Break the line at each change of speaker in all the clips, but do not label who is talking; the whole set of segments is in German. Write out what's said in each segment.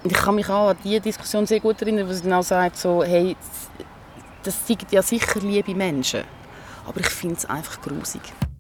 ich kann mich auch an diese Diskussion sehr gut erinnern, wo sie dann auch sagt, so, hey, das sind ja sicher liebe Menschen, aber ich finde es einfach grusig.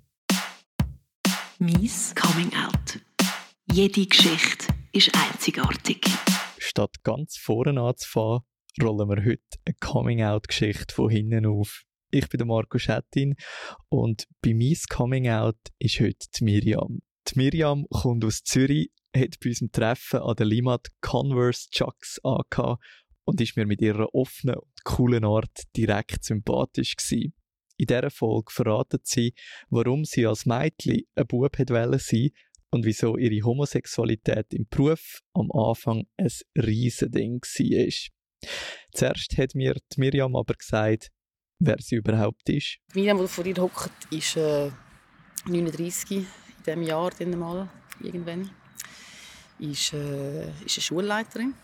Mies Coming Out. Jede Geschichte ist einzigartig.
Statt ganz vorne anzufangen, rollen wir heute eine Coming-out-Geschichte von hinten auf. Ich bin der Marco Schettin und bei Mies Coming Out ist heute die Miriam. Die Miriam kommt aus Zürich, hat bei unserem Treffen an der Limmat Converse Chucks angehabt und ist mir mit ihrer offenen und coolen Art direkt sympathisch gewesen. In dieser Folge verratet sie, warum sie als Mädchen ein Bub wollte sein und wieso ihre Homosexualität im Beruf am Anfang ein Riesending war. Zuerst hat mir die Miriam aber gesagt, wer sie überhaupt ist.
Die Miriam, die vor ihr hockt, ist 39 in diesem Jahr dann mal, irgendwann. Ist eine Schulleiterin.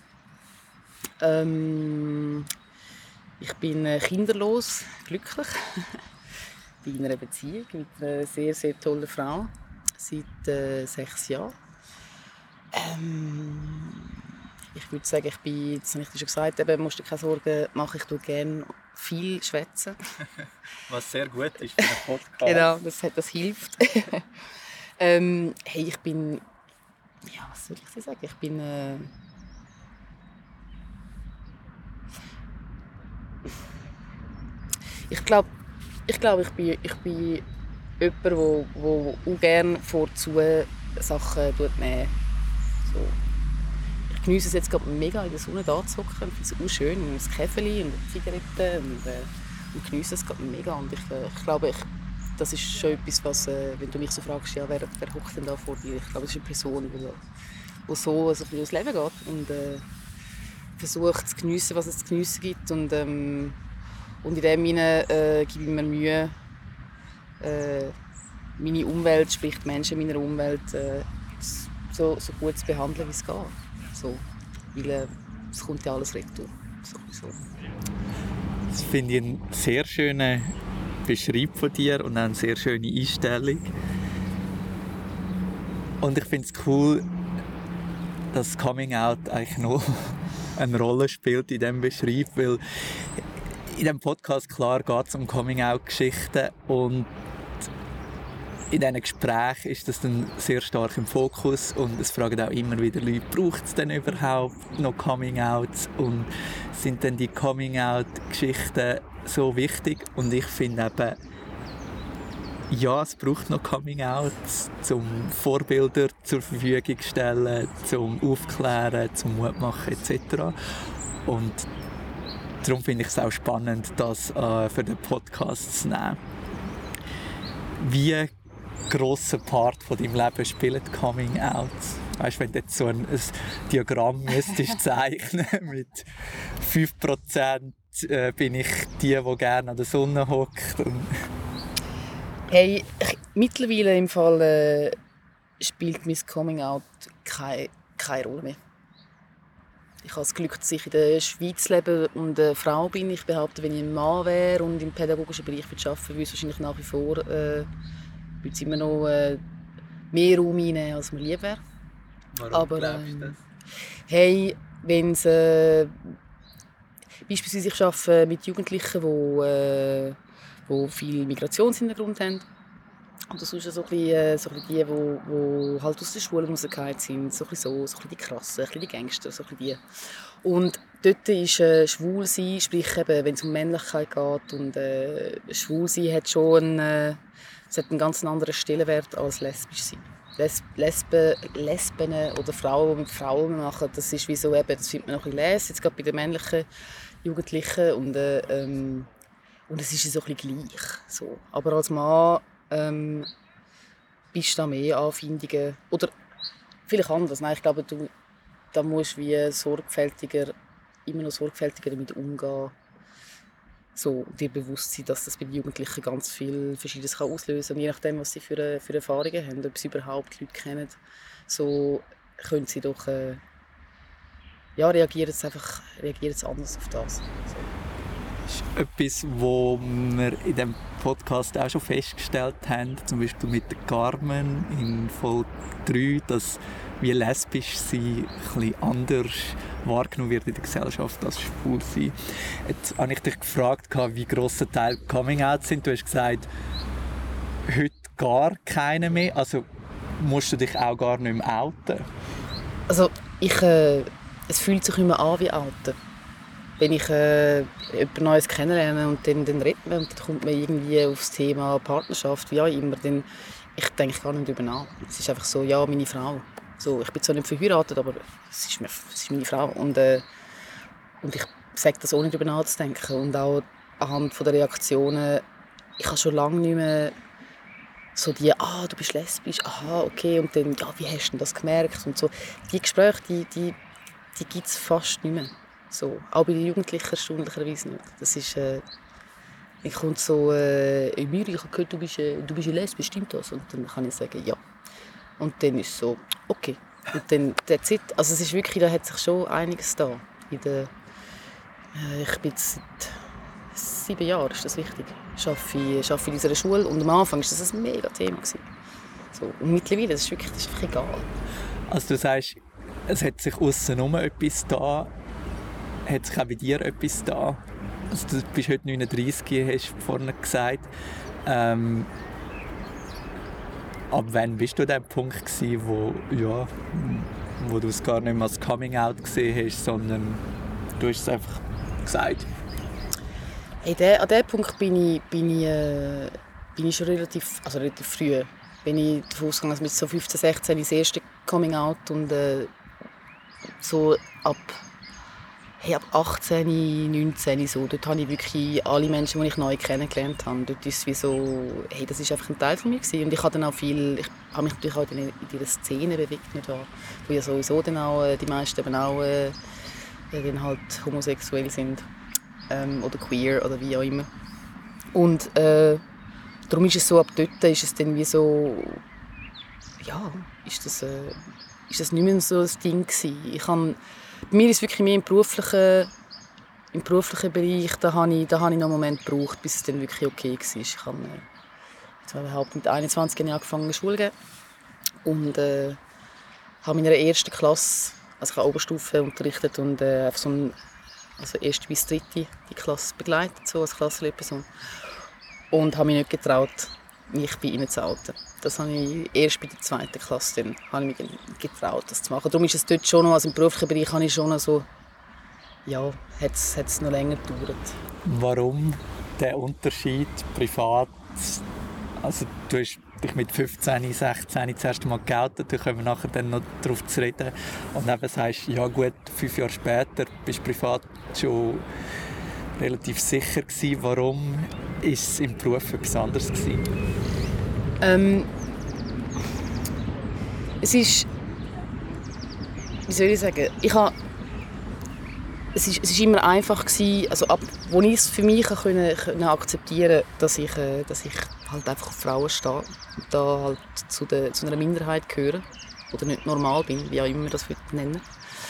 Ich bin kinderlos, glücklich. Bin in einer Beziehung mit einer sehr, sehr tollen Frau. Seit 6 Jahren. Ich würde sagen, das habe ich dir schon gesagt, eben, musst du keine Sorgen machen, ich tue gerne viel schwätzen.
Was sehr gut ist für einen Podcast.
Genau, das hilft. Hey, ich bin, ja, was soll ich dir sagen? Ich bin ich glaube, ich bin jemand, der auch gerne vorzu Sachen nehmen. So. Ich genieße es jetzt gerade mega, in der Sonne da zu hocken. Ich finde es auch schön, ein Käferchen und eine Zigarette und genieße es gerade mega. Und ich glaube, das ist schon etwas, was, wenn du mich so fragst, ja, wer hockt denn da vor dir? Ich glaube, das ist eine Person, die so ein bisschen durchs Leben geht und versucht zu geniessen, was es zu geniessen gibt. Und in dem Sinne gebe ich mir Mühe, meine Umwelt, sprich die Menschen in meiner Umwelt, so gut zu behandeln, wie es geht. So, weil es kommt ja alles retour. So.
Das finde ich einen sehr schönen Beschreib von dir und auch eine sehr schöne Einstellung. Und ich finde es cool, dass Coming Out eigentlich noch eine Rolle spielt in diesem Beschreib, weil in diesem Podcast klar geht es um Coming-out-Geschichten und in diesen Gesprächen ist das dann sehr stark im Fokus und es fragen auch immer wieder Leute, braucht es denn überhaupt noch Coming-outs und sind denn die Coming-out-Geschichten so wichtig? Und ich finde eben, ja, es braucht noch Coming-outs, um Vorbilder zur Verfügung zu stellen, zum Aufklären, zum Mut machen etc. Und darum finde ich es auch spannend, das für den Podcast zu nehmen. Wie grosser Part von deinem Leben spielen Coming-outs? Weißt du, wenn du jetzt so ein Diagramm müsstest zeichnen mit 5% bin ich die gerne an der Sonne hockt.
Hey, mittlerweile im Fall spielt mein Coming-out keine Rolle mehr. Ich habe das Glück, dass ich in der Schweiz lebe und eine Frau bin. Ich behaupte, wenn ich ein Mann wäre und im pädagogischen Bereich arbeiten würde, würde es wahrscheinlich nach wie vor immer noch mehr Raum einnehmen, als mir lieb wäre.
Warum glaubst du das?
Hey, wenn es beispielsweise ich arbeite mit Jugendlichen, die viel Migrationshintergrund haben. Und das ist so ein bisschen die, die halt aus der Schule rausgefallen sind. So ein bisschen die Krassen, die Gangster. So ein bisschen die. Und dort ist Schwulsein, sprich eben, wenn es um Männlichkeit geht. Und Schwulsein hat schon einen ganz anderen Stellenwert als lesbisch sein. Lesben oder Frauen, die mit Frauen machen, das ist wie so, eben, das findet man noch ein bisschen les, jetzt gerade bei den männlichen Jugendlichen. Und es ist so ein bisschen gleich. So. Aber als Mann bist du da mehr Anfindungen oder vielleicht anders. Nein, ich glaube, da musst du wie immer noch sorgfältiger damit umgehen. So, dir bewusst sein, dass das bei den Jugendlichen ganz viel Verschiedenes auslösen kann. Je nachdem, was sie für Erfahrungen haben, ob sie überhaupt Leute kennen, so können sie doch reagieren sie anders auf das. So.
Das ist etwas, was wir in diesem Podcast auch schon festgestellt haben, zum Beispiel mit der Carmen in Folge 3, dass wie lesbisch sein ein bisschen anders wahrgenommen wird in der Gesellschaft als schwul sein. Jetzt habe ich dich gefragt, wie gross ein Teil Coming-out sind. Du hast gesagt, heute gar keine mehr. Also musst du dich auch gar nicht mehr outen?
Also es fühlt sich immer an wie outen. Wenn ich jemand Neues kennenlerne und dann redet man und dann kommt man irgendwie aufs Thema Partnerschaft, wie auch immer, dann ich denke gar nicht darüber nach. Es ist einfach so, ja, meine Frau. So, ich bin zwar nicht verheiratet, aber es ist meine Frau. Und ich sage das ohne darüber nachzudenken. Und auch anhand der Reaktionen, ich habe schon lange nicht mehr so die, du bist lesbisch, aha, okay, und dann, ja, wie hast du das gemerkt? Und so. Die Gespräche, die gibt es fast nicht mehr. So, auch bei den Jugendlichen erstaunlicherweise nicht. Das ist, ich komme so, Emiri, ich habe gehört, du bist lesbisch, stimmt das? Und dann kann ich sagen, ja. Und dann ist es so, okay. Und dann, that's it. Also es ist wirklich, da hat sich schon einiges da. Ich bin jetzt seit 7 Jahren, ist das wichtig. Ich arbeite in dieser Schule und am Anfang war das ein mega Thema. So, und mittlerweile das ist wirklich, das ist einfach egal.
Also du sagst, es hat sich aussenrum etwas da, hat sich auch bei dir etwas da. Also du bist heute 39, hast du vorhin gesagt. Ab wann bist du an dem Punkt gewesen, wo du es gar nicht mehr als Coming-out gesehen hast, sondern du hast es einfach gesagt?
Hey, an diesem Punkt bin ich schon relativ früh. Bin ich davon ausgegangen, dass mit so 15, 16 das erste Coming-out und so ab 18, 19 so, dort habe ich wirklich alle Menschen, die ich neu kennengelernt habe. Dort ist es wie so, hey, das ist einfach ein Teil von mir gewesen. Und ich habe dann auch ich habe mich natürlich auch in dieser Szene bewegt, nicht wahr? Wo ja sowieso dann auch die meisten eben auch dann halt homosexuell sind oder queer oder wie auch immer. Und darum ist es so, ab dort ist es dann wie so, ja, ist das nicht mehr so ein Ding gewesen. Bei mir ist es wirklich mehr im beruflichen Bereich, da habe ich noch einen Moment gebraucht, bis es dann wirklich okay war. Ich habe mit 21 Jahren angefangen in Schule gehen und habe in einer ersten Klasse, also ich habe Oberstufe unterrichtet und also erste bis dritte die Klasse begleitet, so als Klassenlehrperson. Und habe mich nicht getraut, mich bei ihnen zu outen. Das habe ich erst bei der 2. Klasse dann, habe ich mich getraut, das zu machen. Darum ist es dort schon noch, also im beruflichen Bereich habe ich schon noch so, ja, hat es noch länger gedauert.
Warum der Unterschied privat? Also du hast dich mit 15, 16 das erste Mal geoutet, da kommen wir nachher dann noch darauf zu reden. Und eben sagst, ja gut, 5 Jahre später bist du privat schon relativ sicher gewesen. Warum war es im Beruf etwas anderes gewesen?
Es ist, wie soll ich sagen, es ist immer einfach gewesen, also ab wo ich es für mich können akzeptieren, dass ich halt einfach auf Frauen stehe und da halt zu einer Minderheit gehöre oder nicht normal bin, wie auch immer das nennen.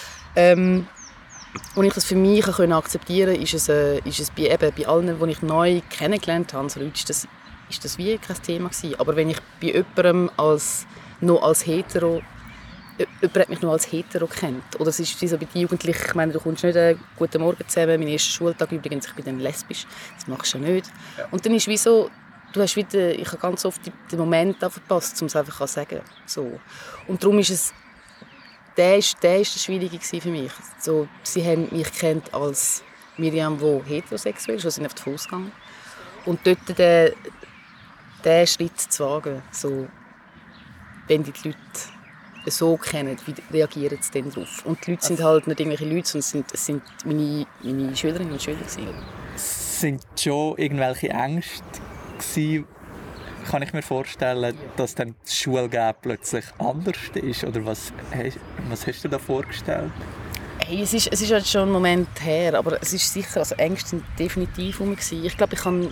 Als ich das für mich akzeptieren konnte, ist es bei allen, die ich neu kennengelernt habe, so Leute, ist das wie kein Thema gewesen. Aber wenn ich bei jemandem noch als hetero, jemand hat mich noch als hetero kennt, oder es ist wie so bei den Jugendlichen, ich meine, du kommst nicht «Guten Morgen zusammen», mein erster Schultag übrigens, ich bin dann lesbisch, das machst du ja nicht. Ja. Und dann ist wie so, ich habe ganz oft den Moment verpasst, um es einfach zu sagen. So. Und darum ist es, der ist das Schwierige für mich. So, sie haben mich gekannt als Miriam, die heterosexuell ist, also sind auf die Fuß gegangen. Und dort diesen Schritt zu wagen, so, wenn die Leute so kennen, wie reagieren sie dann darauf? Und die Leute sind halt nicht irgendwelche Leute, sondern es sind meine Schülerinnen und Schüler.
Sind schon irgendwelche Ängste gewesen, kann ich mir vorstellen, dass dann das Schulgehen plötzlich anders ist? Oder was hast du da vorgestellt?
Hey, es ist halt schon ein Moment her, aber es ist sicher, also Ängste sind definitiv um mich. Ich glaube, ich habe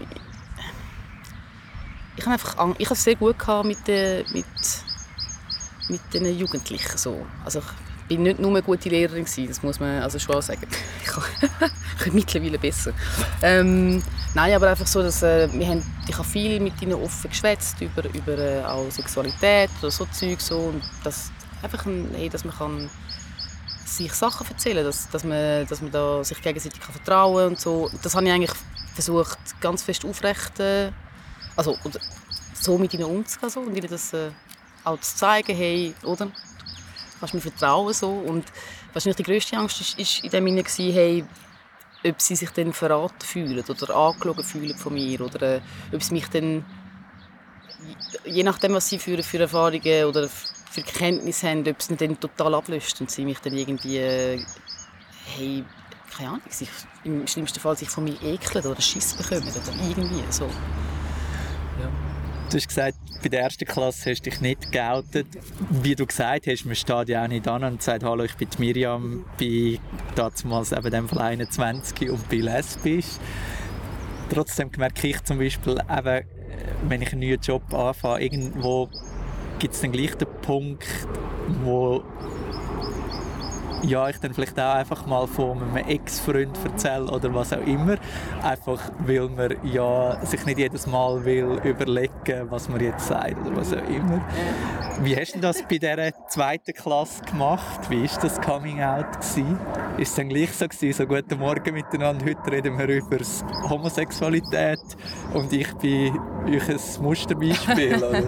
es sehr gut gehabt mit den Jugendlichen. So. Also ich bin nicht nur eine gute Lehrerin gewesen, das muss man also schon sagen. Ich kann mittlerweile besser. Nein, aber einfach so, dass ich habe viel mit ihnen offen geschwätzt über auch Sexualität oder so Zeug so, und das einfach dass man kann sich Sachen erzählen, dass man da sich gegenseitig vertrauen kann und so. Das habe ich eigentlich versucht, ganz fest aufrecht, also oder so mit ihnen umzugehen so, und ihnen das auch zu zeigen, hey, oder? Du kannst mir vertrauen so. Und wahrscheinlich die grösste Angst ist in dem Sinne, hey, ob sie sich dann verraten fühlen oder angeschaut fühlen von mir oder ob sie mich dann, je nachdem, was sie für Erfahrungen oder für Kenntnisse haben, ob sie dann total ablöst und sie mich dann irgendwie, hey, keine Ahnung, sich, im schlimmsten Fall sich von mir ekeln oder Schiss bekommen oder irgendwie so. Ja.
Du hast gesagt, bei der ersten Klasse hast du dich nicht geoutet. Wie du gesagt hast, man steht ja auch nicht an und sagt, hallo, ich bin die Miriam, bin damals eben in dem Fall 21 und bin lesbisch. Trotzdem merke ich zum Beispiel, eben, wenn ich einen neuen Job anfange, irgendwo gibt es dann gleich den Punkt, wo ja, ich dann vielleicht auch einfach mal von einem Ex-Freund erzähle oder was auch immer. Einfach, weil man ja sich nicht jedes Mal will überlegen, was man jetzt sagt oder was auch immer. Wie hast du das bei dieser 2. Klasse gemacht? Wie war das Coming-out? War es dann gleich so gewesen, so «Guten Morgen miteinander, heute reden wir über Homosexualität und ich bin euch ein Musterbeispiel», oder?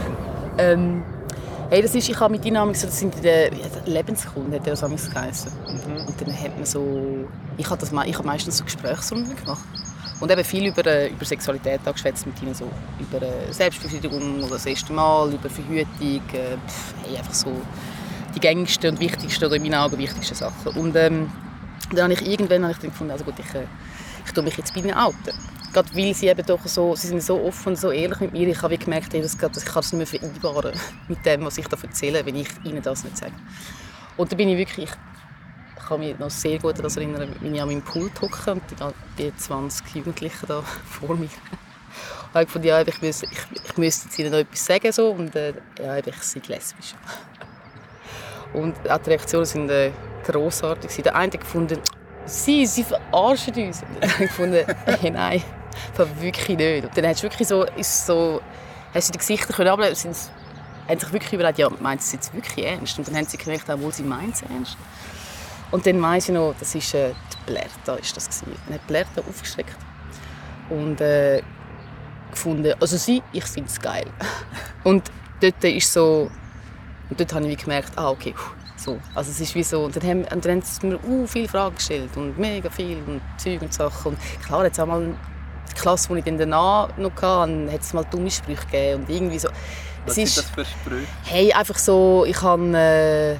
Hey, ich habe mit ihnen so, das sind die Lebenskunden, hat er das geheißen. Und dann hat man so, ich habe meistens so Gesprächsrunden gemacht. Und eben viel über Sexualität geschwätzt mit ihnen, so über Selbstbefriedigung oder das erste Mal, über Verhütung, hey, einfach so die gängigsten und wichtigsten oder in meinen Augen wichtigsten Sachen. Und dann habe ich irgendwann gefunden, also gut, ich tue mich jetzt bei ihnen outen. Gerade weil sie eben doch so, sie sind so offen und so ehrlich mit mir. Ich habe gemerkt, ich kann das nicht mehr vereinbaren mit dem, was ich da erzähle, wenn ich ihnen das nicht sage. Und da bin ich wirklich, ich kann mich noch sehr gut daran erinnern, wenn ich an meinem Pult hocke und die 20 Jugendlichen da vor mir. Und ich fand, ja, ich müsste ihnen noch etwas sagen so, und ja, ich sei lesbisch. Und auch die Reaktionen waren grossartig. Der eine hat gefunden, sie verarschen uns. Und dann habe ich gefunden, hey, nein, wirklich nicht. Und dann hast du wirklich hast du die Gesichter können ablesen, haben sich wirklich überlegt, ja, meint sie es jetzt wirklich ernst? Und dann haben sie gemerkt, obwohl sie meint es ernst. Und dann weiss ich noch, das war die Blerta. Dann hat Blerta aufgeschreckt und gefunden, also ich finde es geil. Und dort habe ich gemerkt, okay, so. Also es ist wie so, und dann haben sie mir viele Fragen gestellt und mega viel und Zeug und Sachen. Und klar, jetzt auch mal die Klasse, die ich dann danach noch hatte, hat es mal dumme Sprüche gegeben und irgendwie so.
Was sind das für Sprüche?
Hey, einfach so, ich habe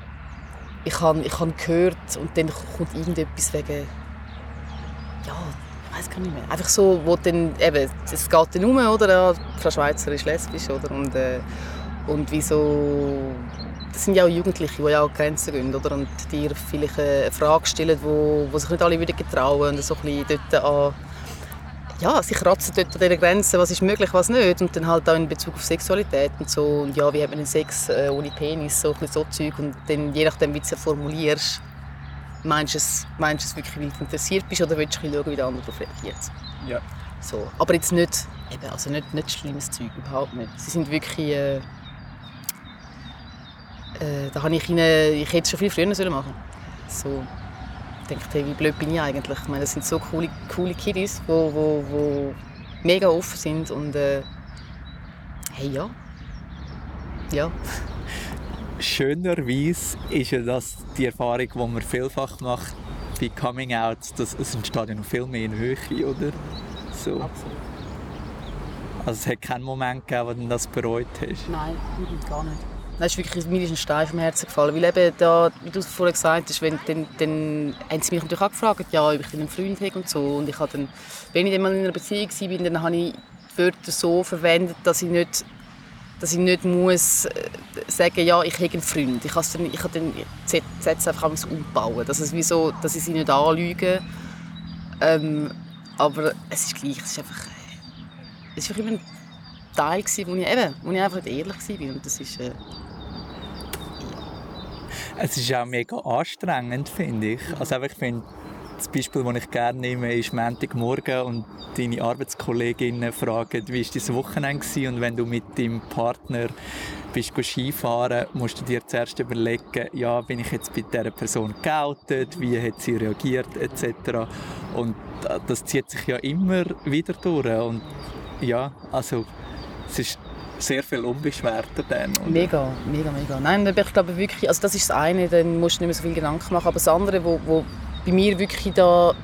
gehört und dann kommt irgendetwas wegen, ja, ich weiß gar nicht mehr. Einfach so, wo dann eben, es geht dann um, oder? Ja, Frau Schweizer ist lesbisch, oder? Und wieso. Das sind ja auch Jugendliche, die ja auch Grenzen gehen, oder? Und die vielleicht eine Frage stellen, wo sich nicht alle wieder getrauen und so ein bisschen dort an, ja, sie kratzen dort an dieser Grenze, was ist möglich, was nicht. Und dann halt auch in Bezug auf Sexualität und so. Und ja, wie hat man den Sex ohne Penis, so ein bisschen so Zeug. Und dann, je nachdem, wie du es formulierst, meinst du es wirklich, weil du interessiert bist, oder willst du schauen, wie der andere darauf reagiert?
Ja.
So. Aber jetzt nicht, also nicht schlimmes Zeug, überhaupt nicht. Sie sind wirklich... da habe ich hätte es schon viel früher machen sollen. So, ich dachte, hey, wie blöd bin ich eigentlich? Ich meine, das sind so coole Kiddies, die mega offen sind und hey, ja. Ja.
Schönerweise ist ja das die Erfahrung, die man vielfach macht bei Coming-Outs, dass es entsteht ja noch viel mehr in Höhe, oder? So.
Absolut.
Also es hat keinen Moment gegeben, wo du das bereut hast?
Nein, gar nicht. Das ist wirklich, mir ist ein Stein vom Herzen gefallen, weil eben da, wie du vorhin gesagt hast, dann haben sie mich natürlich auch gefragt, ja, ob ich einen Freund habe und so. Und ich habe dann, wenn ich dann mal in einer Beziehung war, dann habe ich die Wörter so verwendet, dass ich nicht muss sagen, ja, ich habe einen Freund. Ich kann dann die Sätze einfach umbauen, dass ich sie nicht anlüge. Aber es ist gleich, es ist einfach immer ein Teil, wo ich einfach nicht ehrlich war. Und das ist,
Es ist auch mega anstrengend, finde ich. Also ich finde, das Beispiel, das ich gerne nehme, ist Montagmorgen und deine Arbeitskolleginnen fragen, wie war dein Wochenende gewesen? Und wenn du mit deinem Partner bist Skifahren, musst du dir zuerst überlegen, ja, bin ich jetzt bei dieser Person geoutet, wie hat sie reagiert etc. Und das zieht sich ja immer wieder durch. Und ja, also es ist sehr viel unbeschwerter dann.
Mega. Nein, ich glaube wirklich, also das ist das eine, dann musst du nicht mehr so viel Gedanken machen. Aber das andere, wo bei mir wirklich da,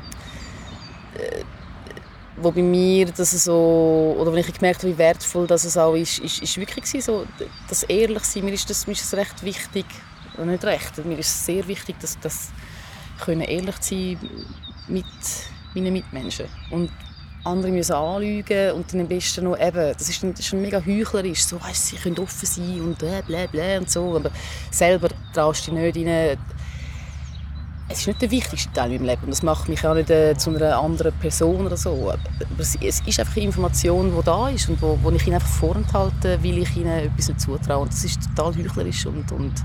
wo bei mir das so, oder wo ich gemerkt habe, wie wertvoll das auch ist wirklich so, das Ehrlichsein. Mir ist das recht wichtig, oder nicht recht, mir ist sehr wichtig, dass können ehrlich sein mit meinen Mitmenschen. Und andere müssen anlügen und dann am besten noch eben, das ist schon mega heuchlerisch, so, weißt, sie können offen sein und blablabla und so, aber selber traust du dich nicht rein. Es ist nicht der wichtigste Teil in meinem Leben und das macht mich auch nicht zu einer anderen Person oder so. Aber es ist einfach eine Information, die da ist und wo ich ihnen einfach vorenthalte, weil ich ihnen etwas nicht zutraue. Und das ist total heuchlerisch und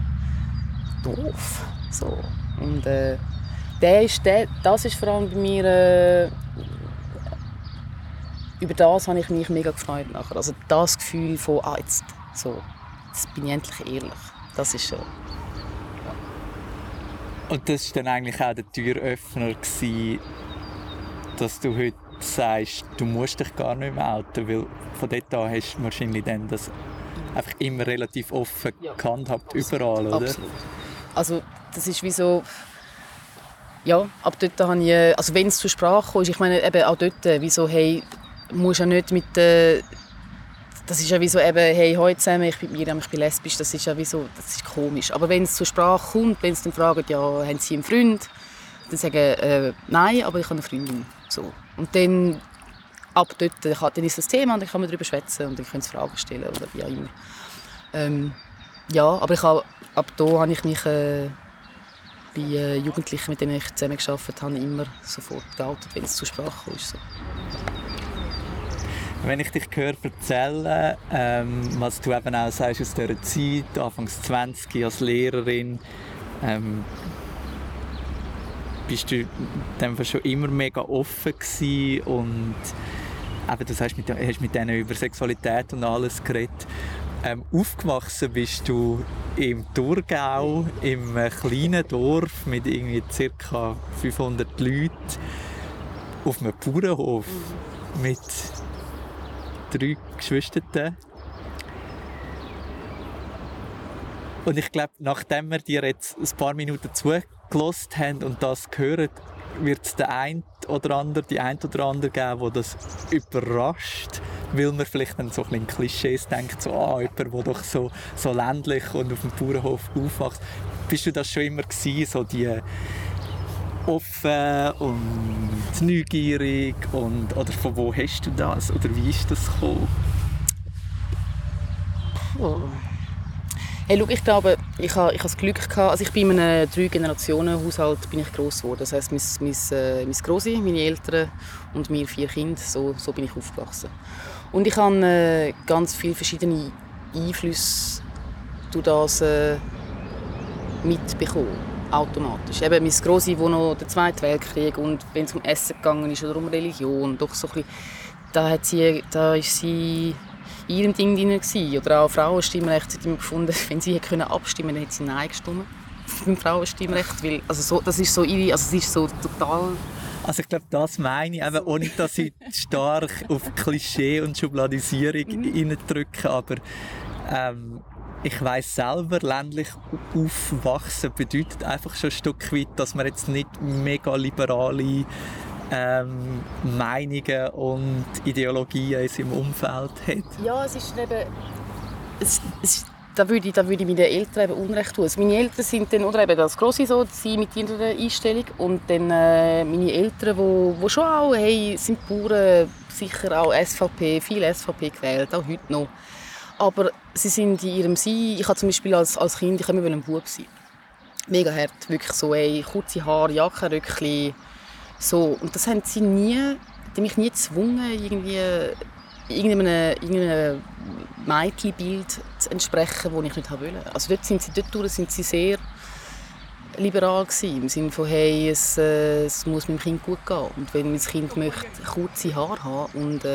doof. So. Und das ist vor allem bei mir... über das habe ich mich mega gefreut nachher. Also das Gefühl von, jetzt bin ich endlich ehrlich. Das ist schon...
Und das war dann eigentlich auch der Türöffner gewesen, dass du heute sagst, du musst dich gar nicht mehr outen, weil von dort an hast du wahrscheinlich dann das einfach immer relativ offen gehandhabt, überall, oder?
Absolut. Also das ist wie so... Ja, ab dort habe ich... Also wenn es zur Sprache kommt, ich meine eben auch dort, wie so, hey, musst ja nicht mit... das ist ja wie so eben, hey, heute zusammen, ich bin Miriam, ich bin lesbisch, das ist ja wie so, das ist komisch. Aber wenn es zur Sprache kommt, wenn sie dann fragen, ja, haben Sie einen Freund? Dann sagen, nein, aber ich habe eine Freundin. So. Und dann, ab dort, dann ist das Thema und dann kann man darüber schwätzen und dann können sie Fragen stellen oder wie auch immer. Ja, aber ab da habe ich mich bei Jugendlichen, mit denen ich zusammengearbeitet habe, immer sofort geoutet, wenn es zur Sprache kommt. So.
Wenn ich dich höre erzählen, was du eben auch sagst aus dieser Zeit, Anfangs 20 als Lehrerin, bist du dann schon immer mega offen gewesen und eben, du sagst, hast mit denen über Sexualität und alles geredet. Aufgewachsen bist du im Thurgau, im kleinen Dorf mit irgendwie ca. 500 Leuten auf einem Bauernhof mit 3 Geschwistern. Und ich glaube, nachdem wir dir jetzt ein paar Minuten zugelassen haben und das gehört, wird es die ein oder andere geben, der das überrascht, weil man vielleicht dann so ein bisschen Klischees denkt, so, jemand, der doch so ländlich und auf dem Bauernhof aufwächst. Bist du das schon immer gewesen, so die offen und neugierig oder von wo hast du das oder wie ist das gekommen?
Hey, schau, ich glaube, ich habe das Glück gehabt, also ich bin in einem 3-Generationen-Haushalt gross geworden. Das heisst, mein Grossi, meine Eltern und wir 4 Kinder, so bin ich aufgewachsen. Und ich habe ganz viele verschiedene Einflüsse durch das mitbekommen, automatisch. Eben mein Grossi, der noch den Zweiten Weltkrieg und wenn es um Essen gegangen ist oder um Religion, doch so ein bisschen, da ist sie in ihrem Ding drin. Oder auch Frauenstimmrecht. Sie hat immer gefunden, wenn sie abstimmen könnte, dann hätte sie Nein gestimmt. Beim Frauenstimmrecht. Weil, also das ist so ihre, also es ist so total...
Also ich glaube, das meine ich, eben, ohne dass ich stark auf Klischee und Schubladisierung reindrücke, aber ich weiss selber, ländlich aufwachsen bedeutet einfach schon ein Stück weit, dass man jetzt nicht mega liberale Meinungen und Ideologien in seinem Umfeld hat.
Ja, es ist eben... Da würde ich meinen Eltern eben Unrecht tun. Also meine Eltern sind dann, oder eben das Grosse so, sie mit ihrer Einstellung und dann meine Eltern, die schon auch, hey, sind Bauern, sicher auch SVP, viel SVP gewählt, auch heute noch. Aber sie sind in ihrem Sein, ich habe zum Beispiel als Kind, ich wollte ein Bub sein. Mega hart, wirklich so, hey, kurze Haare, Jackenröckchen, so. Und das haben sie mich nie gezwungen, irgendeinem Mädchenbild zu entsprechen, das ich nicht wollte. Also dort sind sie sehr liberal gewesen, im Sinne von, hey, es muss meinem Kind gut gehen. Und wenn mein Kind möchte kurze Haare haben und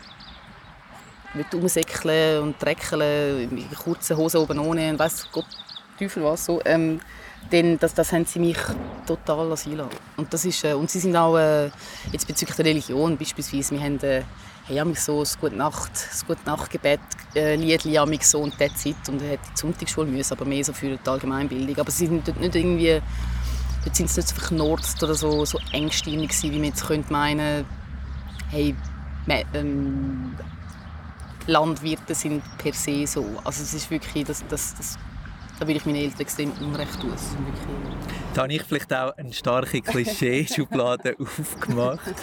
rumsäckeln und dreckeln, mit kurzen Hosen oben ohne und weiss Gott, Teufel was, so, dann das haben sie mich total lassen. Und, das ist, und sie sind auch, jetzt bezüglich der Religion beispielsweise, wir haben so ein Gute-Nacht-Gebet, Liedli so und that's it. Und er hat die Sonntagsschule müssen, aber mehr so für die Allgemeinbildung. Aber sie sind dort nicht irgendwie, dort sind sie nicht so verknorzt oder so engstirnig gewesen, wie man jetzt könnte meinen, hey, Landwirte sind per se so. Also es ist wirklich, da würde ich meinen Eltern extrem Unrecht tun.
Da habe ich vielleicht auch eine starke Klischee-Schublade aufgemacht.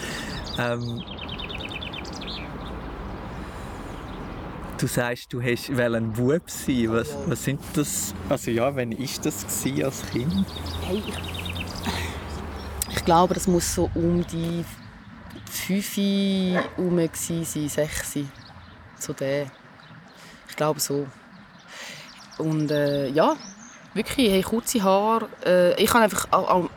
Du sagst, du wolltest ein Bub sein. Was sind das? Also ja, wann war das als Kind?
Hey, ich glaube, das muss so um die 5 herum sein, 6. So der. Ich glaube so. Und ja, wirklich, hey, kurze Haare. Ich habe einfach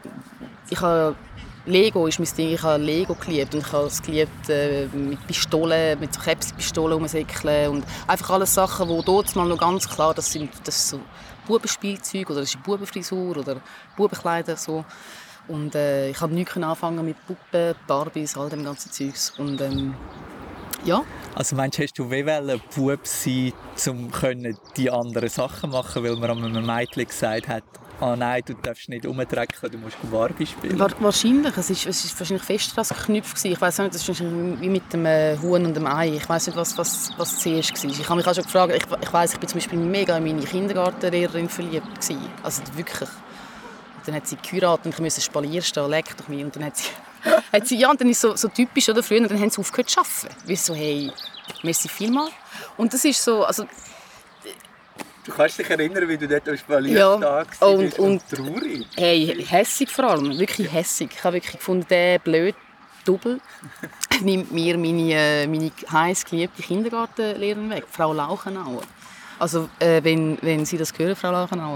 Lego ist mein Ding. Ich habe Lego geliebt und ich habe es geliebt mit Pistolen, mit so Käpselpistolen rumsäckeln und einfach alles Sachen, wo dort mal noch ganz klar, das ist so Bubenspielzeug oder das ist eine Bubenfrisur oder Bubenkleider so. Und ich konnte nichts anfangen mit Puppen, Barbies, all dem ganzen Zeugs. Und ja.
Also meinst du, hast du wollen Bub sein, um die anderen Sachen machen, weil man einem Mädchen gesagt hat, nein, du darfst nicht rumdrecken, du musst Barbie spielen?
Wahrscheinlich. Es ist wahrscheinlich fest daran geknüpft. Ich weiss nicht, das ist wie mit dem Huhn und dem Ei. Ich weiss nicht, was zuerst war. Ich habe mich auch schon gefragt, ich weiss, ich bin zum Beispiel mega in meine Kindergartenlehrerin verliebt gewesen. Also wirklich. Dann hat sie geheiratet und ich musste Spalier stehen, leck doch mich. Und dann hat sie ja, und dann ist es so typisch, oder? Früher, dann haben sie aufgehört zu arbeiten. Wie so, hey, merci vielmals. Und das ist so, also...
Du kannst dich erinnern, wie du dort am Spalier
warst und
traurig.
Hey, hässig vor allem, wirklich hässig. Ich habe wirklich gefunden, der blöde Double nimmt mir meine heiß geliebte Kindergartenlehrerin weg, Frau Lauchenauer. Also, wenn Sie das hören, Frau Lauchenauer.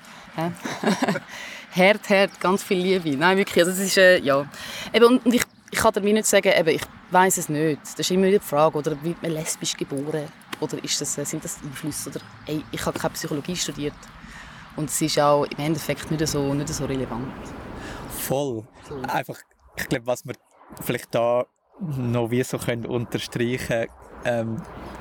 Hart, ganz viel Liebe. Nein, wirklich, also das ist, ja. Eben, und ich kann dir nicht sagen, ich weiss es nicht. Das ist immer wieder die Frage, oder wird man lesbisch geboren? Oder sind das Einflüsse? Oder, ich habe keine Psychologie studiert. Und es ist auch im Endeffekt nicht so relevant.
Voll. So. Einfach, ich glaube, was wir vielleicht da noch wie so unterstreichen können,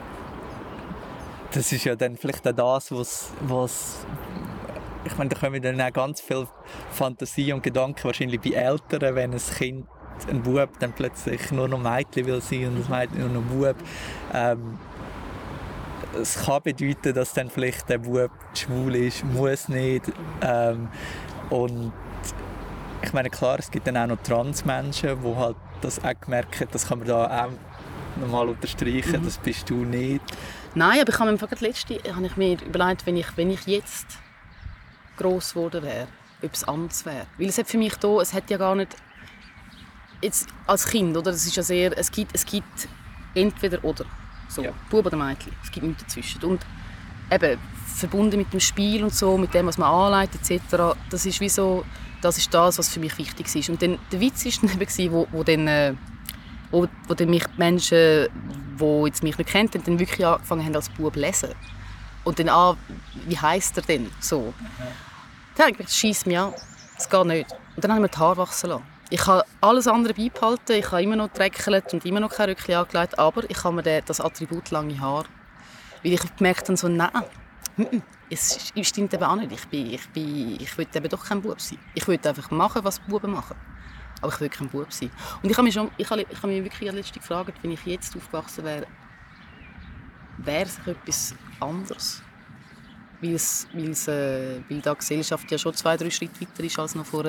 das ist ja dann vielleicht auch das, was ich meine, da kommen dann auch ganz viel Fantasie und Gedanken wahrscheinlich bei Eltern, wenn ein Kind, ein Bub, dann plötzlich nur noch Mädchen will sein und das Mädchen nur noch Bub. Es kann bedeuten, dass dann vielleicht der Bub schwul ist, muss nicht. Und ich meine, klar, es gibt dann auch noch Transmenschen, die halt das auch gemerkt haben, das kann man da auch nochmal unterstreichen, das bist du nicht.
Nein, aber ich habe mir überlegt, wenn ich jetzt gross geworden wäre, ob es anders wäre. Weil es hat für mich da, es hat ja gar nicht, jetzt als Kind, oder, das ist ja sehr, es gibt entweder oder, so, ja. Bub oder Mädchen, es gibt nichts dazwischen. Und eben, verbunden mit dem Spiel und so, mit dem, was man anleitet etc., das ist wie so, das ist das, was für mich wichtig ist. Und dann, der Witz war dann eben, wo dann mich die Menschen, die jetzt mich nicht kennt, dann wirklich angefangen haben als Bub zu lesen. Und dann, wie heisst er denn? So. Dann habe ich gedacht, das scheisst mich an. Das geht nicht. Und dann habe ich mir die Haare wachsen lassen. Ich habe alles andere beibehalten. Ich habe immer noch gedreckelt und immer noch kein Röckchen angelegt. Aber ich habe mir das Attribut lange Haare. Weil ich gemerkt habe, so, nein, es stimmt eben auch nicht. Ich will eben doch kein Bub sein. Ich will einfach machen, was Buben machen. Aber ich will kein Bub sein. Und ich habe mich wirklich letztens gefragt, wenn ich jetzt aufgewachsen wäre, wäre es etwas anderes. Weil die Gesellschaft ja schon 2-3 Schritte weiter ist als noch vor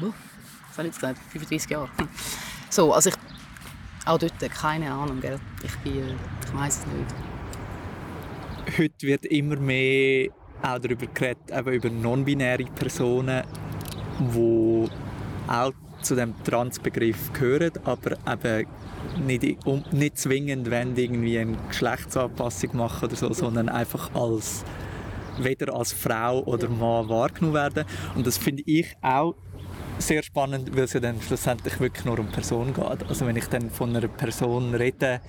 35 Jahren. So, also auch dort, keine Ahnung. Gell? Ich weiss es nicht.
Heute wird immer mehr auch darüber geredet, eben über non-binäre Personen, die auch zu dem Transbegriff gehören, aber eben nicht zwingend, wenn irgendwie eine Geschlechtsanpassung machen oder so, sondern einfach als weder als Frau oder Mann wahrgenommen werden. Und das finde ich auch sehr spannend, weil es ja dann schlussendlich wirklich nur um Person geht. Also wenn ich dann von einer Person rede,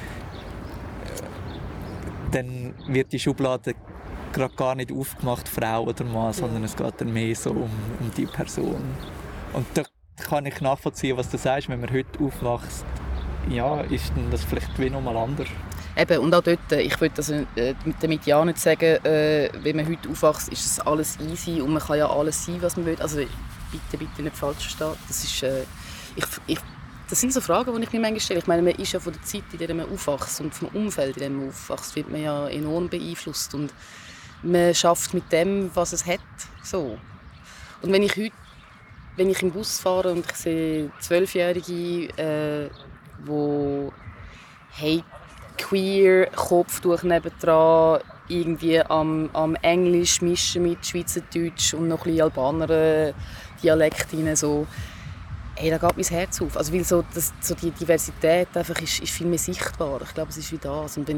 dann wird die Schublade gerade gar nicht aufgemacht, Frau oder Mann, sondern es geht dann mehr so um die Person. Und da kann ich nachvollziehen, was du sagst, wenn man heute aufwächst, ja, ist dann das vielleicht wie nochmal anders.
Eben, und auch dort, ich will also damit ja nicht sagen, wenn man heute aufwächst, ist es alles easy und man kann ja alles sein, was man will. Also bitte nicht falsch verstehen. Das ist, das sind so Fragen, die ich mir manchmal stelle. Ich meine, man ist ja von der Zeit, in der man aufwächst und vom Umfeld, in dem man aufwächst, wird man ja enorm beeinflusst und man schafft mit dem, was es hat. So. Und wenn ich im Bus fahre und ich sehe 12-Jährige, die queer, Kopftuch nebendran, irgendwie am Englisch mischen mit Schweizerdeutsch und noch ein bisschen Albaner Dialekt rein, so. Hey, da geht mein Herz auf. Also, weil so die Diversität einfach ist viel mehr sichtbar. Ich glaube, es ist wie das. Und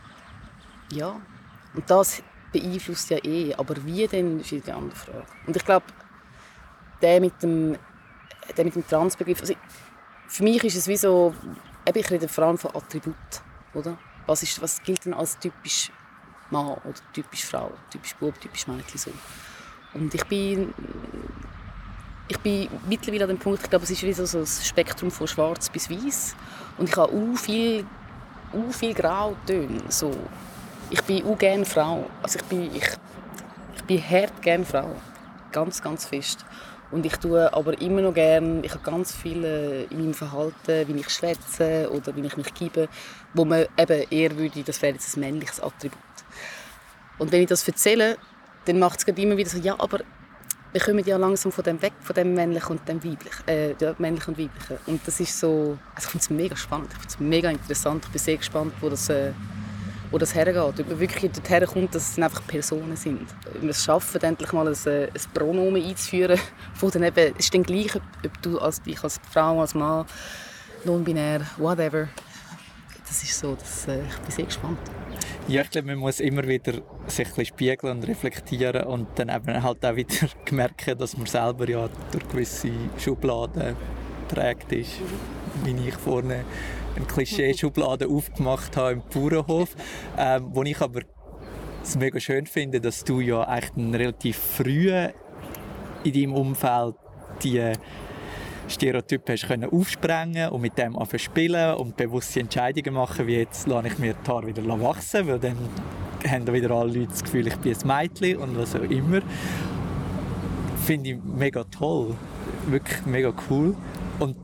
ja. Und das beeinflusst ja eh. Aber wie denn, ist eine andere Frage. Und ich glaube, der mit dem Transbegriff, also für mich ist es wie so, ich rede vor allem von Attribut, oder? Was gilt denn als typisch Mann oder typisch Frau, typisch Bub, typisch Mädchen so? Und ich bin mittlerweile an dem Punkt, ich glaube, es ist wie so ein Spektrum von schwarz bis weiß. Und ich habe viel Grautöne. So. Ich bin auch gerne Frau. Also ich bin hart gerne Frau. Ganz, ganz fest. Und ich tue aber immer noch gerne, ich habe ganz viele in meinem Verhalten, wie ich schwätze oder wie ich mich gebe, wo man eben eher würde, das wäre jetzt ein männliches Attribut. Und wenn ich das erzähle, dann macht es immer wieder so, ja, aber wir kommen ja langsam von dem weg, von dem männlichen und dem weiblichen, männlichen und weiblichen. Und das ist so, also ich finde es mega spannend, ich finde es mega interessant, ich bin sehr gespannt, wo das hergeht. Ob man wirklich dorthin kommt, dass es einfach Personen sind. Wir schaffen endlich mal ein Pronomen einzuführen, wo dann eben, es ist dann gleich, ob du dich als Frau, als Mann, non-binär, whatever. Das ist so, ich bin sehr gespannt.
Ja, ich glaube, man muss immer wieder sich ein bisschen spiegeln und reflektieren und dann eben halt auch wieder merken, dass man selber ja durch gewisse Schubladen geprägt ist. Wie ich vorne eine Klischee-Schublade aufgemacht habe im Bauernhof, wo ich aber es mega schön finde, dass du ja eigentlich relativ früh in deinem Umfeld die Stereotype hast können aufsprengen und mit dem anfangen spielen und bewusste Entscheidungen machen, wie jetzt lasse ich mir die Haare wieder wachsen, weil dann haben wieder alle Leute das Gefühl, ich bin ein Mädchen und was auch immer. Finde ich mega toll, wirklich mega cool. Und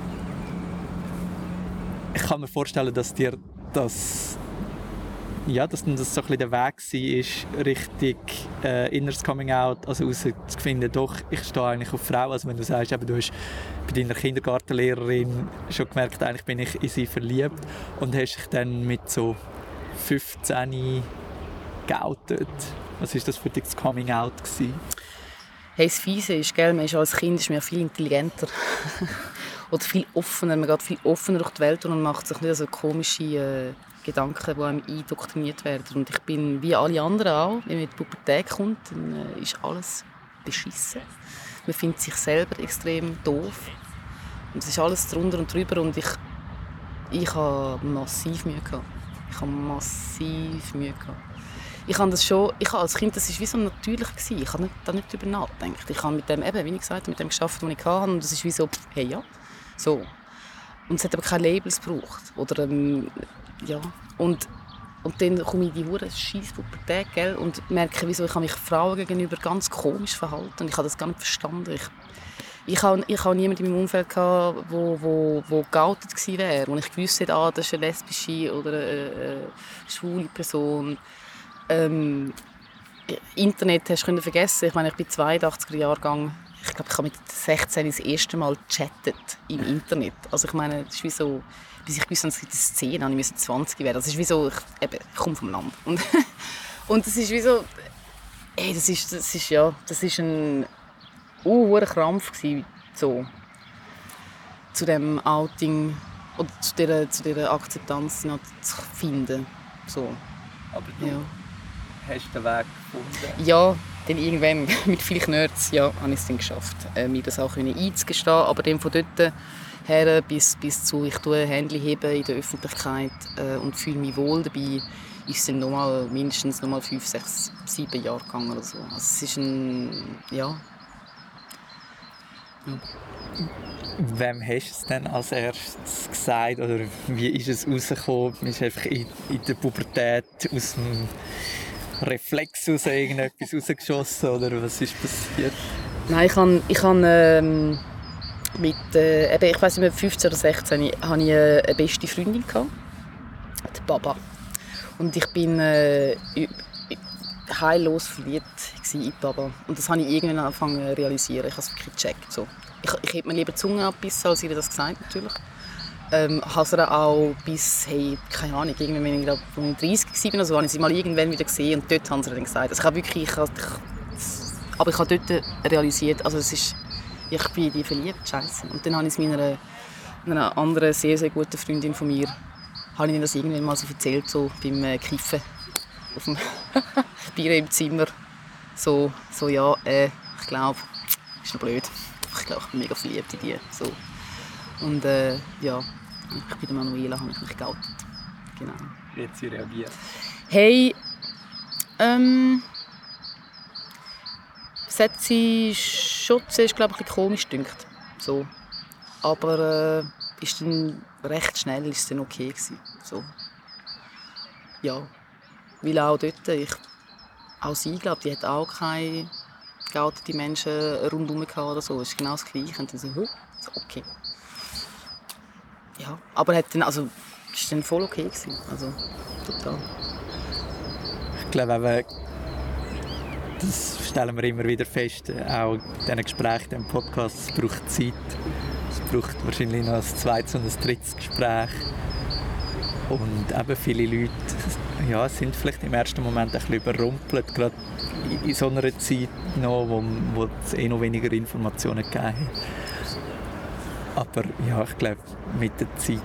ich kann mir vorstellen, dass dir das dass dann das so ein bisschen der Weg war, richtig inneres Coming Out, also herauszufinden, doch, ich stehe eigentlich auf Frauen. Also wenn du sagst, du hast bei deiner Kindergartenlehrerin schon gemerkt, eigentlich bin ich in sie verliebt und hast dich dann mit so 15 geoutet. Was war das für dich das Coming Out gewesen?
Hey, das Fiese ist, gell, man ist als Kind ist man viel intelligenter oder viel offener, man geht viel offener durch die Welt und macht sich nicht so komische Gedanken, die einem indoktriniert werden. Und ich bin wie alle anderen auch, wenn man in die Pubertät kommt, dann ist alles beschissen. Man findet sich selber extrem doof. Und es ist alles drunter und drüber und ich habe massiv Mühe gehabt. Ich habe als Kind, das war wie so natürlich gewesen. Ich habe da nicht drüber nachgedacht. Ich habe mit dem, eben, wie ich gesagt habe, mit dem gearbeitet, was ich hatte. Und das ist wie so, hey, ja, so. Und es hat aber keine Labels gebraucht. Oder, ja. Und dann komme ich in die hure scheisse Pubertät, gell, und merke, wieso ich mich Frauen gegenüber ganz komisch verhalten. Und ich habe das gar nicht verstanden. Ich habe niemanden in meinem Umfeld gehabt, wo geoutet gewesen wäre, wo ich gewusst hätte, das ist eine lesbische oder eine schwule Person. Internet hast du vergessen. Ich meine, ich bin 82er Jahrgang. Ich glaube, ich habe mit 16 das erste Mal chattet im Internet. Also ich meine, das ist wie so, bis ich gewusst habe, es gibt eine Szene, habe ich 20 werden. Das ist wie so, ich komme vom Land. Und das ist wie so, hey, das ist ein hoher Krampf gewesen, so, zu dem Outing oder zu dieser Akzeptanz noch zu finden. So.
Aber du hast du den Weg gefunden?
Ja, dann irgendwann mit vielen Nerds habe ich es dann geschafft, mir das auch einzugestehen. Aber dann von dort her bis zu ich tue Händchen heben in der Öffentlichkeit und fühle mich wohl dabei, ist es dann mindestens 5, 6, 7 Jahre gegangen oder so. Also es ist
Wem hast du es denn als erstes gesagt oder wie ist es rausgekommen? Ist einfach in der Pubertät aus dem Reflex raus irgendetwas rausgeschossen oder was ist passiert?
Nein, ich habe mit ich weiss nicht mehr, 15 oder 16 hatte ich eine beste Freundin gehabt, die Baba. Und ich bin heillos verliebt in die Baba. Und das habe ich irgendwann angefangen zu realisieren. Ich habe es wirklich gecheckt. So. Ich hätte mir lieber die Zunge abbissen, als ihr das gesagt natürlich. Habe es auch bis, keine Ahnung, irgendwann, wenn ich glaube, 30 war, also habe ich sie mal irgendwann wieder gesehen und dort haben sie dann gesagt. Also aber ich habe dort realisiert, also ich bin in die verliebt, Scheiße. Und dann habe ich es einer anderen, sehr, sehr guten Freundin von mir, habe ich ihnen das irgendwann mal so erzählt, so beim Kiffen auf dem Bier im Zimmer. So ja, ich glaube, ist noch blöd. Ich glaube, ich bin mega verliebt in die. So. Und ja, ich bin der Manuela, habe ich mich geoutet. Genau.
Wie hat sie reagiert?
Hey, es hat sie schon zuerst, glaube ich, ein bisschen komisch gedacht. So. Aber ist dann recht schnell ist es dann okay gewesen. So. Ja, weil auch dort, auch sie, glaube die hat auch keine geoutete Menschen rundherum gehabt oder so. Es ist genau das Gleiche. Und dann so, okay. Ja, aber es war dann voll okay gewesen. Also, total.
Ich glaube, das stellen wir immer wieder fest, auch in diesen Gesprächen, im Podcast, es braucht Zeit. Es braucht wahrscheinlich noch ein zweites und ein drittes Gespräch. Und eben viele Leute sind vielleicht im ersten Moment ein bisschen überrumpelt, gerade in so einer Zeit noch, wo es noch weniger Informationen gegeben hat. Aber ja, ich glaube, mit der Zeit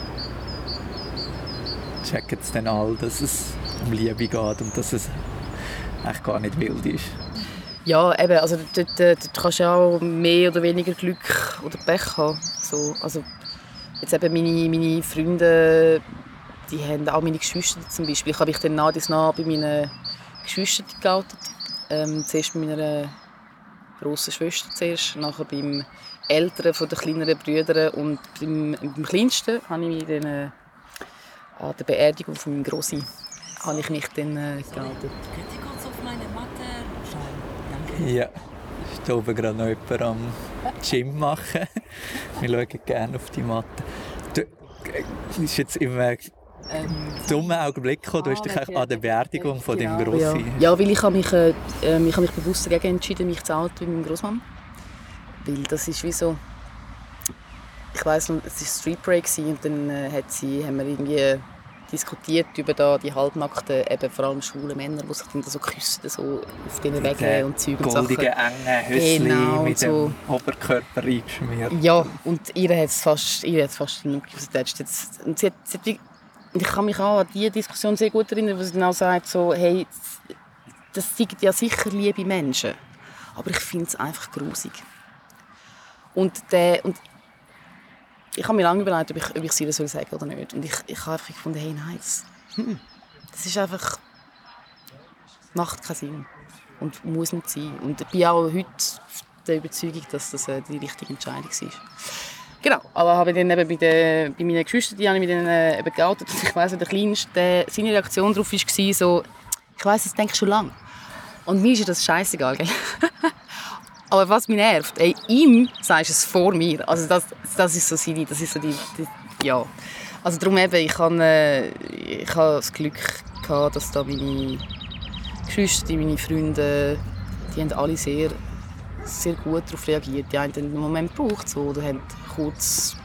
checken es dann alle, dass es um Liebe geht und dass es eigentlich gar nicht wild ist.
Ja, eben, also dort kannst du auch mehr oder weniger Glück oder Pech haben. So, also jetzt eben meine Freunde, die haben auch meine Geschwister zum Beispiel. Ich habe mich dann nach bei meinen Geschwistern geoutet. Zuerst bei meiner grossen Schwester, nachher beim Älteren von den kleineren Brüdern und beim Kleinsten habe ich mich dann an der Beerdigung von meinem Grossi habe ich mich dann geoutet.
Könnt ihr kurz auf meine Matte schauen? Danke.
Ja, ist da oben gerade noch jemand am Gym machen. Wir schauen gerne auf die Matte. Du bist jetzt im dummen Augenblick gekommen. Du hast dich an der Beerdigung von deinem Grossi.
Ja, weil ich habe mich bewusst dagegen entschieden, mich zu outen mit meinem Grossmann. Weil das ist wie so... Ich weiss noch, es war Street Break und dann haben wir irgendwie diskutiert über die halbnackten, eben vor allem schwulen Männer, die sich dann so küssen, so auf diesen Wegen und Zeug und Sachen.
Goldige, enge Höschen
genau,
mit
so.
dem Oberkörper eingeschmiert.
Ja, und ihr hat es fast den Nuki ausgetatscht. Und ich kann mich auch an diese Diskussion sehr gut erinnern, wo sie dann auch sagt, so, hey, das sind ja sicher liebe Menschen, aber ich finde es einfach grusig. Und ich habe mir lange überlegt, ob ich es ihr sagen soll oder nicht. Und ich habe einfach gefunden, hey, nein, das ist einfach... macht keinen Sinn. Und muss nicht sein. Und ich bin auch heute der Überzeugung, dass das die richtige Entscheidung war. Genau, aber habe dann eben bei meinen Geschwistern, die habe ich mich dann eben geoutet. Und ich weiss, der Kleinste, seine Reaktion darauf war so, ich weiss, das denke ich schon lange. Und mir ist das scheißegal, gell? Aber was mich nervt, ihm sagst du es vor mir. Also das ist so seine, das ist so die ja. Also darum eben, ich habe das Glück gehabt, dass da meine Geschwister, meine Freunde, die haben alle sehr, sehr gut darauf reagiert. Die haben einen Moment gebraucht, so, oder haben kurz,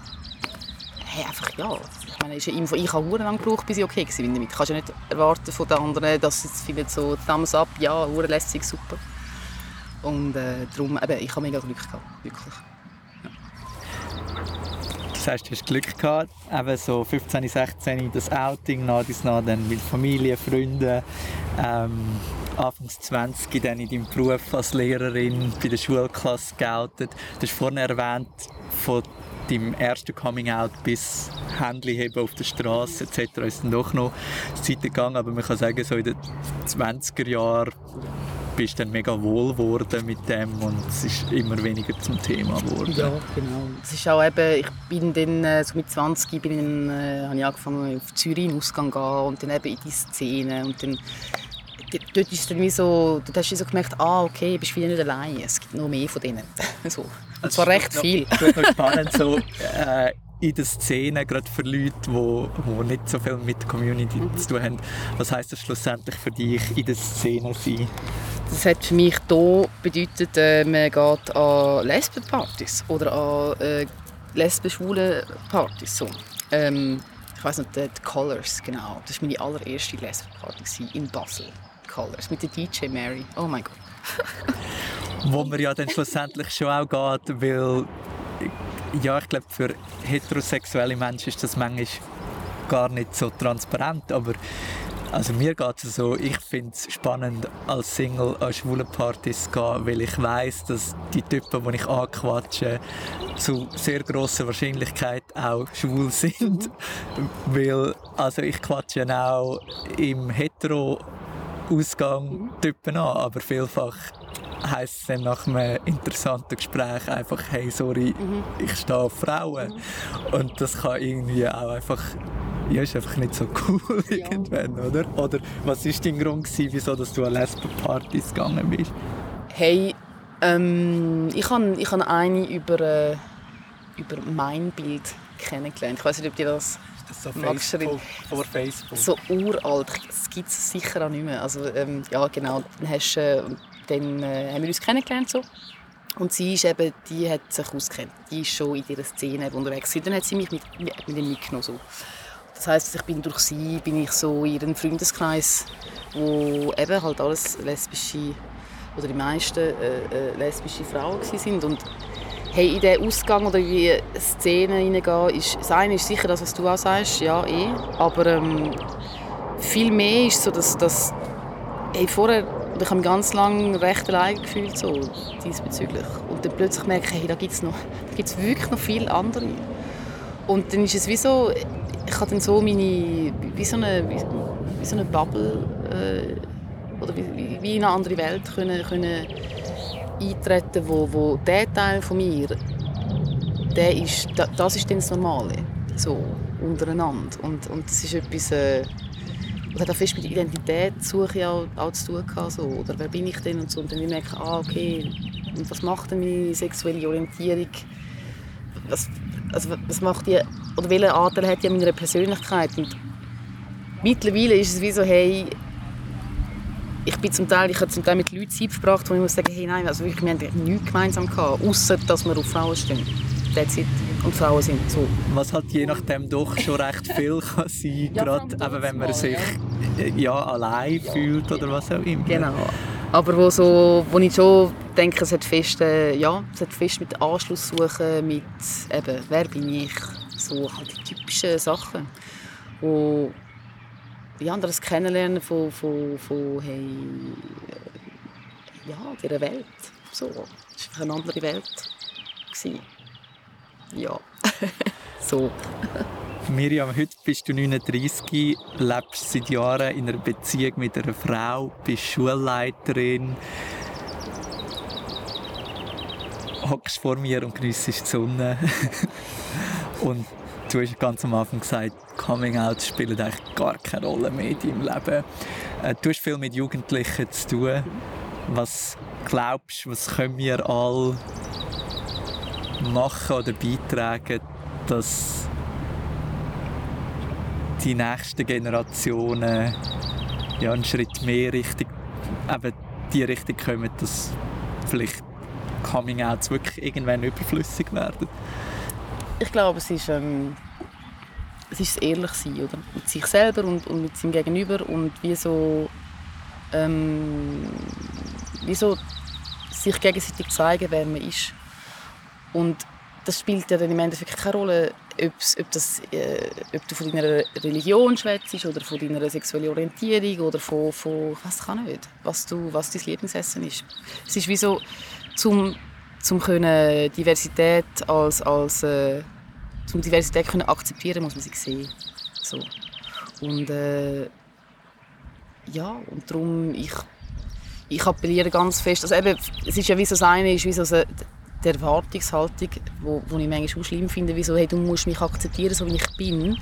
einfach ja. Ich meine, ich habe sehr lange gebraucht, bis ich okay war damit. Du kannst ja nicht erwarten von den anderen, dass sie finden so Thumbs up, ja, sehr lässig, super. Und darum, ich habe mega Glück gehabt, wirklich. Ja.
Das heißt, du hast Glück gehabt, eben so 15, 16, das Outing, nach dann mit Familie, Freunden, Anfangs 20 dann in deinem Beruf als Lehrerin bei der Schulklasse geoutet. Du hast vorhin erwähnt, von deinem ersten Coming-out bis Händchen heben auf der Straße etc. ist dann doch noch Zeit gegangen, aber man kann sagen, so in den 20er Jahren bist du dann mega wohl geworden mit dem und es ist immer weniger zum Thema geworden.
Ja, genau. Es ist auch eben, ich bin dann, so mit 20 habe ich angefangen auf Zürich in den Ausgang zu gehen und dann eben in die Szene und dann dort ist dann wie so, dort hast du so gemerkt, okay, du bist wieder nicht allein, es gibt noch mehr von denen. So. Und zwar recht viel.
Das ist noch spannend, so, in der Szene, gerade für Leute, die nicht so viel mit der Community zu tun haben. Was heisst das schlussendlich für dich, in der Szene sein?
Das hat für mich hier bedeutet, man geht an Lesbenpartys oder an Lesben-Schwulen-Partys. So. Ich weiss noch, die Colors, genau. Das war meine allererste Lesbenparty in Basel. Colors, mit der DJ Mary. Oh mein Gott.
Wo man ja dann schlussendlich schon auch geht, weil ja, ich glaube, für heterosexuelle Menschen ist das manchmal gar nicht so transparent, aber also mir geht es so, ich finde es spannend, als Single an schwulen Partys zu gehen, weil ich weiss, dass die Typen, die ich anquatsche, zu sehr grosser Wahrscheinlichkeit auch schwul sind. Weil, also ich quatsche auch im Hetero-Ausgang Typen an, aber vielfach heisst es dann nach einem interessanten Gespräch einfach, hey, sorry, ich stehe auf Frauen. Und das kann irgendwie auch einfach, ja, ist einfach nicht so cool irgendwann, oder? Oder was war dein Grund, wieso dass du an Lesbenpartys gegangen bist?
Hey, ich habe eine über mein Bild kennengelernt. Ich weiss nicht, ob dir das
so
Facebook,
vor Facebook?
So uralt, das gibt es sicher auch nicht mehr. Also, ja, genau, dann haben wir uns kennengelernt. So. Und sie ist eben, die hat sich ausgekannt. Die ist schon in dieser Szene unterwegs. Dann hat sie mich mit ihr mitgenommen. So. Das heisst, durch sie bin ich so in einem Freundeskreis, wo eben halt alles lesbische, oder die meisten lesbische Frauen waren. Und hey, in diesen Ausgang oder in die Szene hineingehen, das eine ist sicher das, was du auch sagst, ja, aber viel mehr ist so, dass hey, vorher, ich habe mich ganz lange recht allein gefühlt, so, diesbezüglich. Und dann plötzlich merke ich, hey, da gibt es wirklich noch viele andere. Und dann ist es wie so, ich habe dann so wie so eine Bubble oder wie in eine andere Welt können eintreten, wo der Teil von mir, das ist dann das Normale, so untereinander. Und das ist etwas, das hat auch fest mit Identitätssuche auch zu tun gehabt, so. Oder wer bin ich denn und so. Und dann merke ich, okay, und was macht denn meine sexuelle Orientierung? Was macht die, oder welchen Anteil hat die an meiner Persönlichkeit? Und mittlerweile ist es wie so, hey, ich habe zum Teil mit Leuten Zeit verbracht, wo ich muss sagen, hey, nein, also wirklich, wir haben nichts gemeinsam gehabt, ausser dass wir auf Frauen stehen. That's it. Und Frauen sind so. Was
halt je nachdem doch schon recht viel kann sein,
ja,
gerade eben, wenn man sich allein fühlt oder was auch immer.
Genau. Aber wo ich schon denke, es hat fest mit Anschluss suchen, mit eben, wer bin ich, so halt die typischen Sachen, wo die anderen kennenlernen von hey, ja, dieser Welt. So, es war eine andere Welt. Ja, so.
Miriam, heute bist du 39, lebst seit Jahren in einer Beziehung mit einer Frau, bist Schulleiterin, hockst vor mir und geniesst die Sonne. Und du hast ganz am Anfang gesagt, Coming-out spielt eigentlich gar keine Rolle mehr in deinem Leben. Du hast viel mit Jugendlichen zu tun. Was glaubst du, was können wir alle machen oder beitragen, dass die nächsten Generationen einen Schritt mehr Richtung eben die Richtung kommen, dass vielleicht Coming-outs wirklich irgendwann überflüssig werden?
Ich glaube, es ist das Ehrlichsein, oder? Mit sich selber und mit seinem Gegenüber und wie so sich gegenseitig zeigen, wer man ist. Und das spielt ja dann im Endeffekt keine Rolle, ob du von deiner Religion schwätzt oder von deiner sexuellen Orientierung oder von was kann nicht, was dein Lieblingsessen ist. Es ist wie so, zum können Diversität zum Diversität können akzeptieren, muss man sie sehen. So. Und und darum, ich appelliere ganz fest, also eben, es ist ja wie so das eine, ist wie so die Erwartungshaltung, wo ich manchmal auch schlimm finde, wie so, hey, du musst mich akzeptieren, so wie ich bin,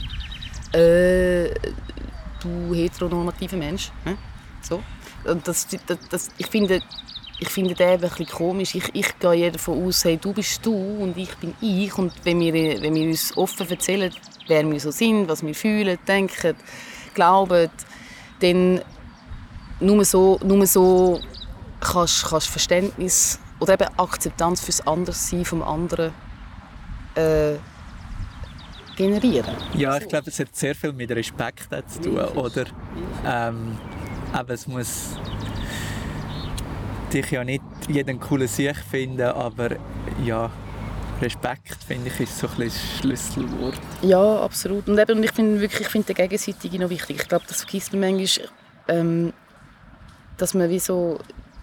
du heteronormativer Mensch. So. Und ich finde das ein bisschen komisch. Ich gehe ja davon aus, hey, du bist du und ich bin ich. Und wenn wir uns offen erzählen, wer wir so sind, was wir fühlen, denken, glauben, dann nur so kannst du Verständnis oder eben Akzeptanz fürs Anderssein vom anderen generieren.
Ja, ich glaube, es hat sehr viel mit Respekt zu tun. Oder aber es muss dich ja nicht jeden coolen Sieg finden, aber ja, Respekt, finde ich, ist so ein bisschen das Schlüsselwort.
Ja, absolut. Und ich finde den Gegenseitige noch wichtig. Ich glaube, das vergisst man manchmal, dass man wie so,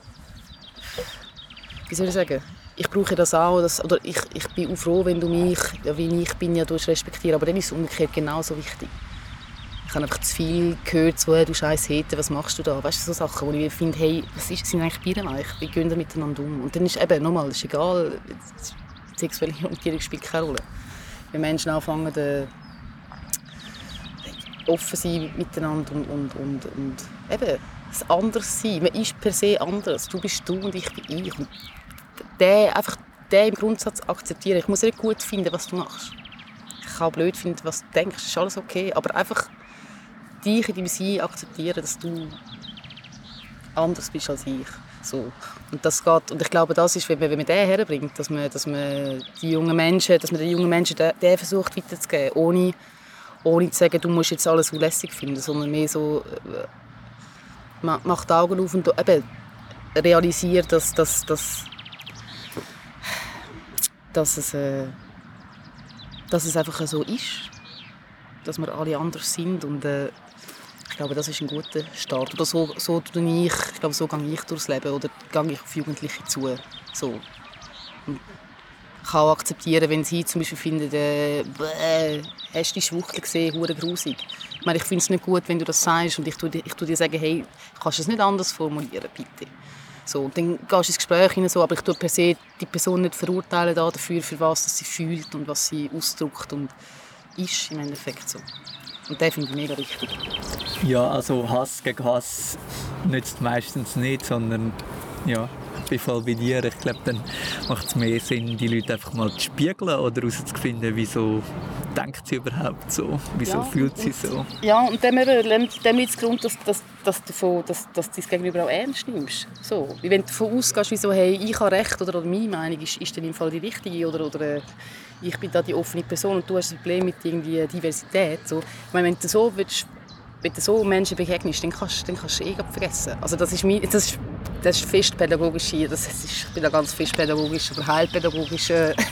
wie soll ich sagen, ich brauche das auch, oder ich bin auch froh, wenn du mich, wie ich bin, ja, respektierst, aber dann ist es umgekehrt genauso wichtig. Ich habe einfach zu viel gehört, so, du scheiß Hete, was machst du da? Weißt du, so Sachen, wo ich finde, hey, sind eigentlich Bierenweich, wie gehen wir miteinander um? Und dann ist eben, nochmal, es ist egal, die sexuelle Orientierung spielt keine Rolle. Wenn Menschen anfangen, offen sein miteinander und eben, das Anderssein, man ist per se anders, du bist du und ich bin ich. Und den im Grundsatz akzeptieren. Ich muss nicht gut finden, was du machst. Ich kann blöd finden, was du denkst, ist alles okay, aber einfach dich in deinem Sein akzeptieren, dass du anders bist als ich. So. Und das geht, und ich glaube, das ist, wenn man den herbringt, dass man den jungen Menschen den versucht weiterzugeben, ohne zu sagen, du musst jetzt alles so lässig finden, sondern mehr so, mach die Augen auf und eben realisiert, dass es einfach so ist, dass wir alle anders sind und ich glaube, das ist ein guter Start. Oder so gehe ich durchs Leben oder gehe ich auf Jugendliche zu. So. Und ich kann auch akzeptieren, wenn sie zum Beispiel finden, hast du die Schwuchtel gesehen, hure grusig. Ich finde es nicht gut, wenn du das sagst und ich tu dir sagen, hey, kannst du es nicht anders formulieren, bitte. So, und dann gehst du ins Gespräch hinein, so, aber ich tue per se die Person nicht verurteilen dafür, für was sie fühlt und was sie ausdrückt und ist im Endeffekt so. Und das finde ich mega wichtig.
Ja, also Hass gegen Hass nützt meistens nicht, sondern ja, ich bin voll bei dir. Ich glaube, dann macht es mehr Sinn, die Leute einfach mal zu spiegeln oder herauszufinden, wieso denkt sie überhaupt so, wieso fühlt sie so. Ja,
und dem liegt Grund, dass du dein Gegenüber auch ernst nimmst. So. Wie wenn du davon ausgehst, wie so, hey, ich habe Recht oder meine Meinung ist dann im Fall die richtige oder ich bin da die offene Person und du hast ein Problem mit irgendwie Diversität. So. Ich meine, wenn du so Menschen begegnest, dann kannst du vergessen. Also das ist fest pädagogisch hier. Ich bin da ganz fest pädagogisch oder heilpädagogisch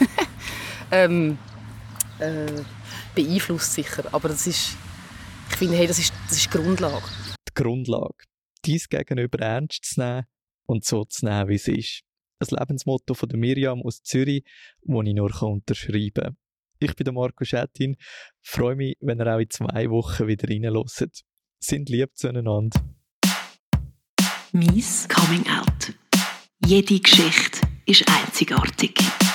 beeinflusst sicher. Aber ich finde, hey, das ist die Grundlage.
Die Grundlage. Dein Gegenüber ernst zu nehmen und so zu nehmen, wie es ist. Ein Lebensmotto von der Miriam aus Zürich, das ich nur unterschreiben kann. Ich bin der Marco Schettin. Freue mich, wenn ihr auch in 2 Wochen wieder reinhört. Sind lieb zueinander.
Mies Coming Out. Jede Geschichte ist einzigartig.